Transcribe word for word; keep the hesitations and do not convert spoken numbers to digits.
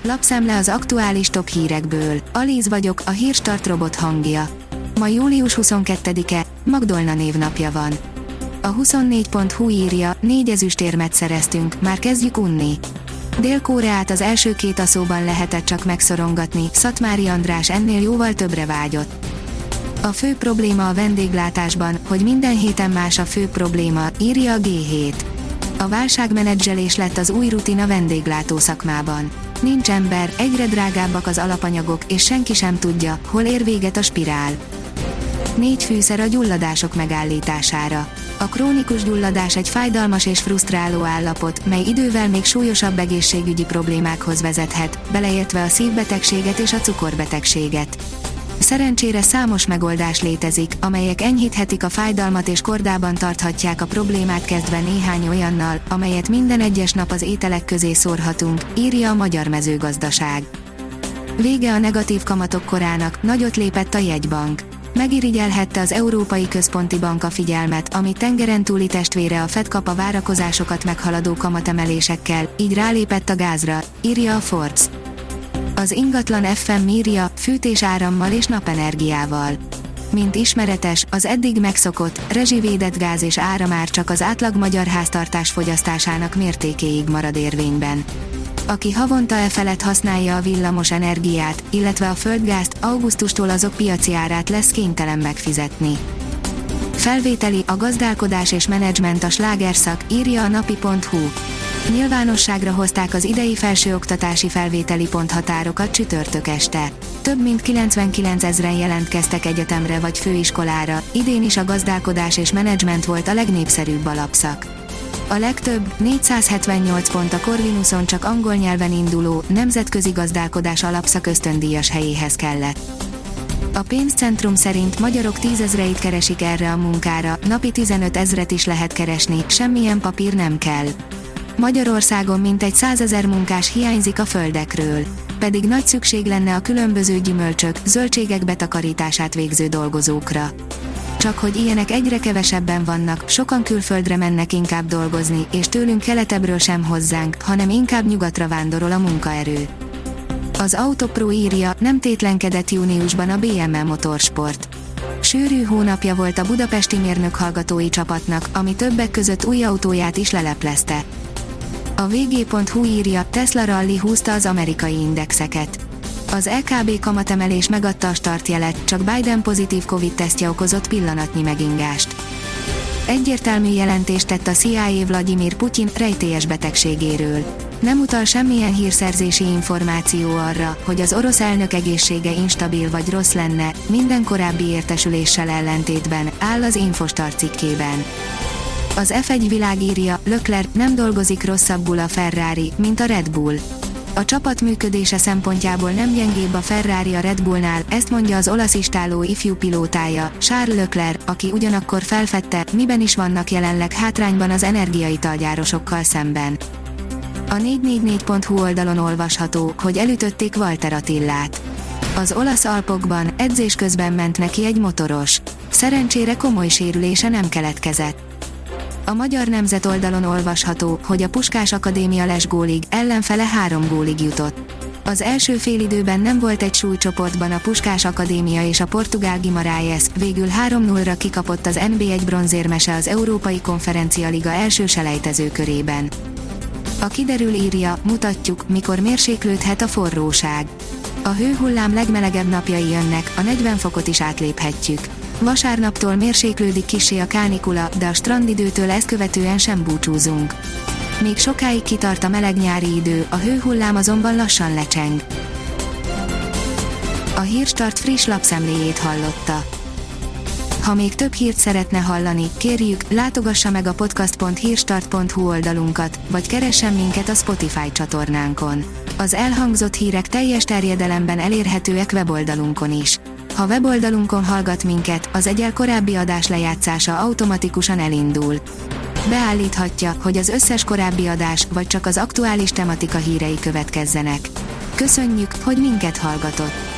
Lapszemle az aktuális top hírekből. Alíz vagyok, a Hírstart robot hangja. Ma július huszonkettedike, Magdolna névnapja van. A huszonnégy pont hu írja, négy ezüstérmet szereztünk, már kezdjük unni. Dél-Koreát az első két aszóban lehetett csak megszorongatni, Szatmári András ennél jóval többre vágyott. A fő probléma a vendéglátásban, hogy minden héten más a fő probléma, írja a gé hét. A válságmenedzselés lett az új rutin a vendéglátó szakmában. Nincs ember, egyre drágábbak az alapanyagok, és senki sem tudja, hol ér véget a spirál. Négy fűszer a gyulladások megállítására. A krónikus gyulladás egy fájdalmas és frusztráló állapot, mely idővel még súlyosabb egészségügyi problémákhoz vezethet, beleértve a szívbetegséget és a cukorbetegséget. Szerencsére számos megoldás létezik, amelyek enyhíthetik a fájdalmat és kordában tarthatják a problémát, kezdve néhány olyannal, amelyet minden egyes nap az ételek közé szórhatunk, írja a Magyar Mezőgazdaság. Vége a negatív kamatok korának, nagyot lépett a jegybank. Megirigyelhette az Európai Központi Bank a figyelmet, ami tengeren túli testvére a Fed kap a várakozásokat meghaladó kamatemelésekkel, így rálépett a gázra, írja a Forbes. Az ingatlan ef em írja, fűtés árammal és napenergiával. Mint ismeretes, az eddig megszokott, rezsivédett gáz és áramár csak az átlag magyar háztartás fogyasztásának mértékéig marad érvényben. Aki havonta e felett használja a villamos energiát, illetve a földgázt, augusztustól azok piaci árát lesz kénytelen megfizetni. Felvételi, a gazdálkodás és menedzsment a slágerszak, írja a napi pont hu. Nyilvánosságra hozták az idei felsőoktatási felvételi ponthatárokat csütörtök este. Több mint kilencvenkilencezren jelentkeztek egyetemre vagy főiskolára, idén is a gazdálkodás és menedzsment volt a legnépszerűbb alapszak. A legtöbb, négyszázhetvennyolc pont a Corvinuson csak angol nyelven induló, nemzetközi gazdálkodás alapszak ösztöndíjas helyéhez kellett. A pénzcentrum szerint magyarok tízezreit keresik erre a munkára, napi tizenöt ezret is lehet keresni, semmilyen papír nem kell. Magyarországon mintegy százezer munkás hiányzik a földekről. Pedig nagy szükség lenne a különböző gyümölcsök, zöldségek betakarítását végző dolgozókra. Csak hogy ilyenek egyre kevesebben vannak, sokan külföldre mennek inkább dolgozni, és tőlünk keletebbről sem hozzánk, hanem inkább nyugatra vándorol a munkaerő. Az Autopro írja, nem tétlenkedett júniusban a bé em e Motorsport. Sűrű hónapja volt a budapesti mérnökhallgatói csapatnak, ami többek között új autóját is leleplezte. A vé gé pont hu írja, Tesla rally húzta az amerikai indexeket. Az é ká bé kamatemelés megadta a startjelet, csak Biden pozitív Covid-tesztje okozott pillanatnyi megingást. Egyértelmű jelentést tett a cé i á Vladimir Putyin rejtélyes betegségéről. Nem utal semmilyen hírszerzési információ arra, hogy az orosz elnök egészsége instabil vagy rossz lenne, minden korábbi értesüléssel ellentétben, áll az Infostar cikkében. Az ef egy világ írja, Leclerc nem dolgozik rosszabbul a Ferrari, mint a Red Bull. A csapat működése szempontjából nem gyengébb a Ferrari a Red Bullnál, ezt mondja az olasz istáló ifjú pilótája, Charles Leclerc, aki ugyanakkor felfedte, miben is vannak jelenleg hátrányban az energiaitalgyárosokkal szemben. A négy négy négy pont hu oldalon olvasható, hogy elütötték Walter Attillát. Az olasz Alpokban edzés közben ment neki egy motoros. Szerencsére komoly sérülése nem keletkezett. A Magyar Nemzet oldalon olvasható, hogy a Puskás Akadémia lesgólig, ellenfele három gólig jutott. Az első félidőben nem volt egy súlycsoportban a Puskás Akadémia és a portugál Guimarães, végül három nullra kikapott az en bé egy bronzérmese az Európai Konferencia Liga első selejtező körében. A Kiderül írja, mutatjuk, mikor mérséklődhet a forróság. A hőhullám legmelegebb napjai jönnek, a negyven fokot is átléphetjük. Vasárnaptól mérséklődik kissé a kánikula, de a strandidőtől ezt követően sem búcsúzunk. Még sokáig kitart a meleg nyári idő, a hőhullám azonban lassan lecseng. A Hírstart friss lapszemléjét hallotta. Ha még több hírt szeretne hallani, kérjük, látogassa meg a podcast pont hírstart pont hu oldalunkat, vagy keressen minket a Spotify csatornánkon. Az elhangzott hírek teljes terjedelemben elérhetőek weboldalunkon is. Ha weboldalunkon hallgat minket, az egyel korábbi adás lejátszása automatikusan elindul. Beállíthatja, hogy az összes korábbi adás, vagy csak az aktuális tematika hírei következzenek. Köszönjük, hogy minket hallgatott!